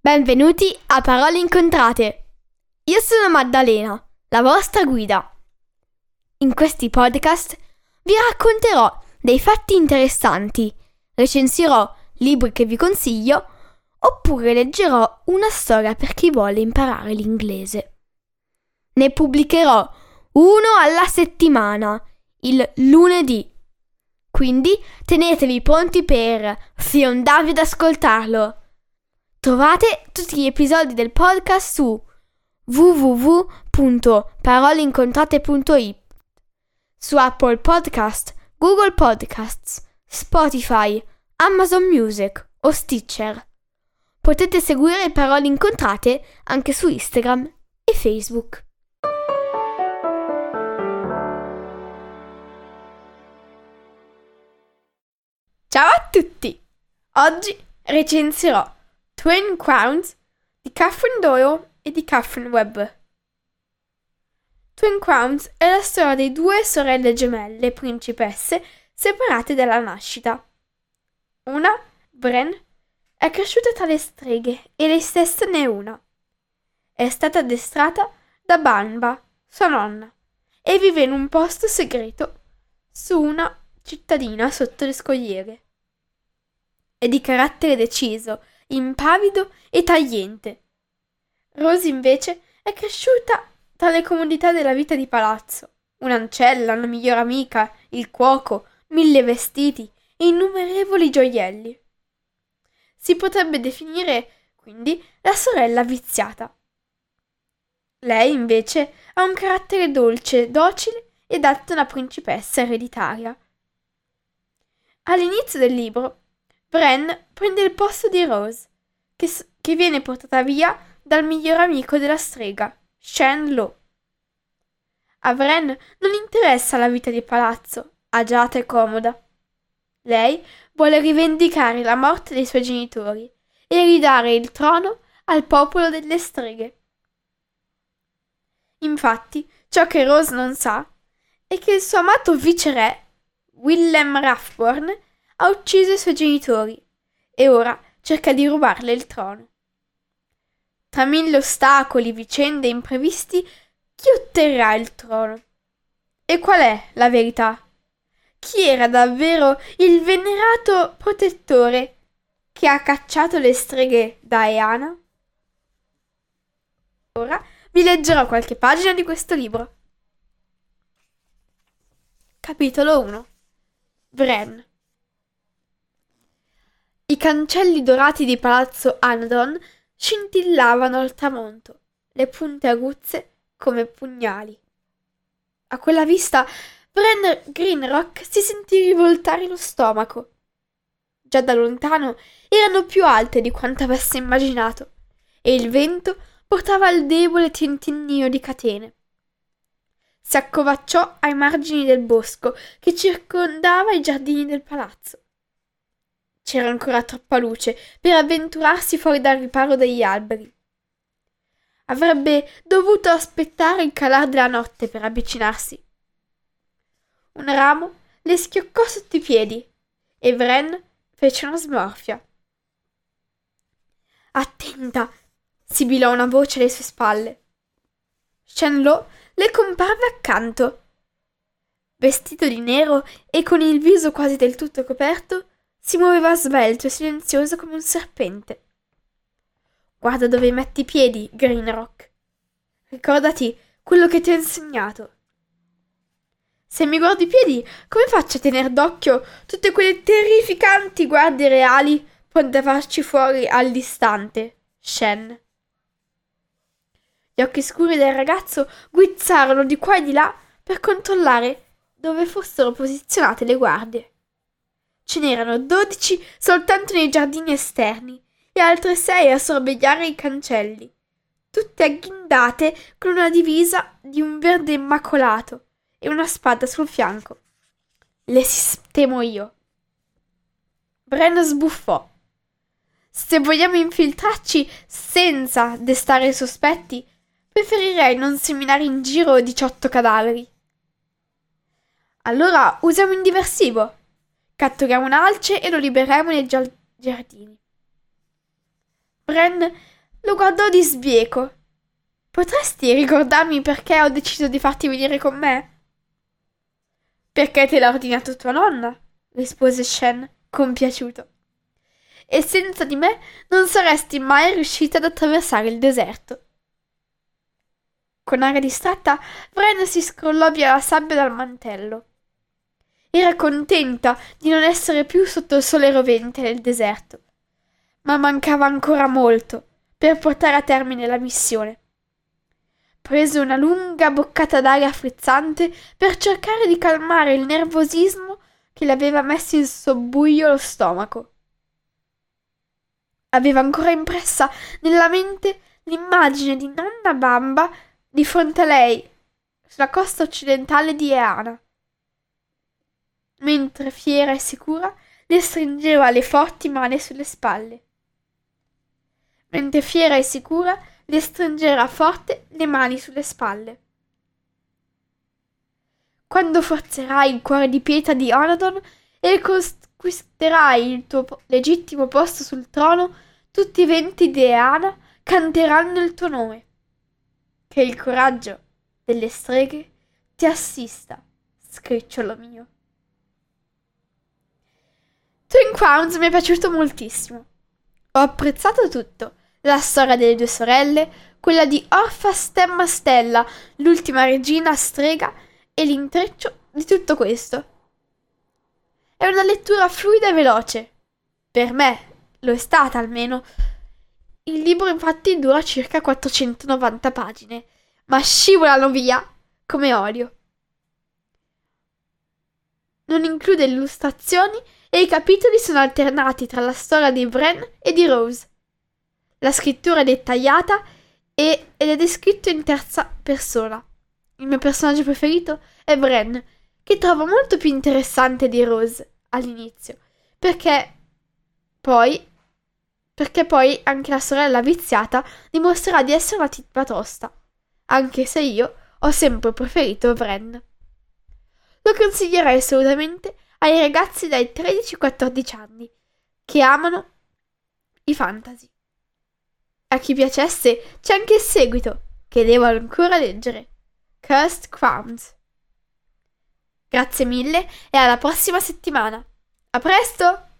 Benvenuti a Parole Incontrate. Io sono Maddalena, la vostra guida. In questi podcast vi racconterò dei fatti interessanti, recensirò libri che vi consiglio, oppure leggerò una storia per chi vuole imparare l'inglese. Ne pubblicherò uno alla settimana, il lunedì. Quindi tenetevi pronti per fiondarvi ad ascoltarlo. Trovate tutti gli episodi del podcast su www.paroleincontrate.it, su Apple Podcast, Google Podcasts, Spotify, Amazon Music o Stitcher. Potete seguire Parole Incontrate anche su Instagram e Facebook. Ciao a tutti! Oggi recensirò Twin Crowns di Catherine Doyle e di Catherine Webb. Twin Crowns è la storia di due sorelle gemelle principesse separate dalla nascita. Una, Bren, è cresciuta tra le streghe e lei stessa ne è una. È stata addestrata da Banba, sua nonna, e vive in un posto segreto su una cittadina sotto le scogliere. È di carattere deciso, impavido e tagliente. Rose invece è cresciuta tra le comodità della vita di palazzo, un'ancella, una migliore amica, il cuoco, 1000 vestiti e innumerevoli gioielli. Si potrebbe definire, quindi, la sorella viziata. Lei, invece, ha un carattere dolce, docile e adatto a una principessa ereditaria. All'inizio del libro, Bren prende il posto di Rose, che viene portata via dal miglior amico della strega, Shen Lo. A Bren non interessa la vita di palazzo, agiata e comoda. Lei vuole rivendicare la morte dei suoi genitori e ridare il trono al popolo delle streghe. Infatti, ciò che Rose non sa è che il suo amato viceré, Willem Rathborn, ha ucciso i suoi genitori e ora cerca di rubarle il trono. Tra 1000 ostacoli, vicende e imprevisti, chi otterrà il trono? E qual è la verità? Chi era davvero il venerato protettore che ha cacciato le streghe da Eana? Ora vi leggerò qualche pagina di questo libro. Capitolo 1. Bren. I cancelli dorati di palazzo Anadon scintillavano al tramonto, le punte aguzze come pugnali. A quella vista Bren Greenrock si sentì rivoltare lo stomaco. Già da lontano erano più alte di quanto avesse immaginato, e il vento portava il debole tintinnio di catene. Si accovacciò ai margini del bosco che circondava i giardini del palazzo. C'era ancora troppa luce per avventurarsi fuori dal riparo degli alberi. Avrebbe dovuto aspettare il calar della notte per avvicinarsi. Un ramo le schioccò sotto i piedi e Bren fece una smorfia. «Attenta!» sibilò una voce alle sue spalle. Shen Lo le comparve accanto. Vestito di nero e con il viso quasi del tutto coperto, si muoveva svelto e silenzioso come un serpente. «Guarda dove metti i piedi, Greenrock. Ricordati quello che ti ho insegnato. Se mi guardi i piedi, come faccio a tener d'occhio tutte quelle terrificanti guardie reali pronte a farci fuori all'istante, Shen?» Gli occhi scuri del ragazzo guizzarono di qua e di là per controllare dove fossero posizionate le guardie. Ce n'erano 12 soltanto nei giardini esterni e altre 6 a sorvegliare i cancelli, tutte agghindate con una divisa di un verde immacolato e una spada sul fianco. «Le sistemo io!» Bren sbuffò. «Se vogliamo infiltrarci senza destare sospetti, preferirei non seminare in giro 18 cadaveri». «Allora usiamo un diversivo. Catturiamo un alce e lo liberiamo nei giardini». Bren lo guardò di sbieco. Potresti ricordarmi perché ho deciso di farti venire con me? Perché te l'ha ordinato tua nonna, rispose Shen, compiaciuto. E senza di me non saresti mai riuscita ad attraversare il deserto. Con aria distratta, Vren si scrollò via la sabbia dal mantello. Era contenta di non essere più sotto il sole rovente nel deserto, ma mancava ancora molto per portare a termine la missione. Prese una lunga boccata d'aria frizzante per cercare di calmare il nervosismo che le aveva messo in sobbuglio lo stomaco. Aveva ancora impressa nella mente l'immagine di nonna Bamba di fronte a lei, sulla costa occidentale di Eana, mentre fiera e sicura le stringeva le forti mani sulle spalle. Mentre fiera e sicura le stringerà forte le mani sulle spalle. Quando forzerai il cuore di pietra di Onadon e conquisterai il tuo legittimo posto sul trono, tutti i venti di Eana canteranno il tuo nome. Che il coraggio delle streghe ti assista, scricciolo mio. Twin Crowns mi è piaciuto moltissimo. Ho apprezzato tutto. La storia delle due sorelle, quella di Orpha Stemma Stella, l'ultima regina strega, e l'intreccio di tutto questo. È una lettura fluida e veloce. Per me lo è stata almeno. Il libro infatti dura circa 490 pagine, ma scivolano via come olio. Non include illustrazioni e i capitoli sono alternati tra la storia di Bren e di Rose. La scrittura è dettagliata ed è descritto in terza persona. Il mio personaggio preferito è Bren, che trovo molto più interessante di Rose all'inizio, perché poi anche la sorella viziata dimostrerà di essere una tipa tosta, anche se io ho sempre preferito Bren. Lo consiglierei assolutamente ai ragazzi dai 13-14 anni che amano i fantasy. A chi piacesse c'è anche il seguito, che devo ancora leggere, Cursed Crowns. Grazie mille e alla prossima settimana. A presto!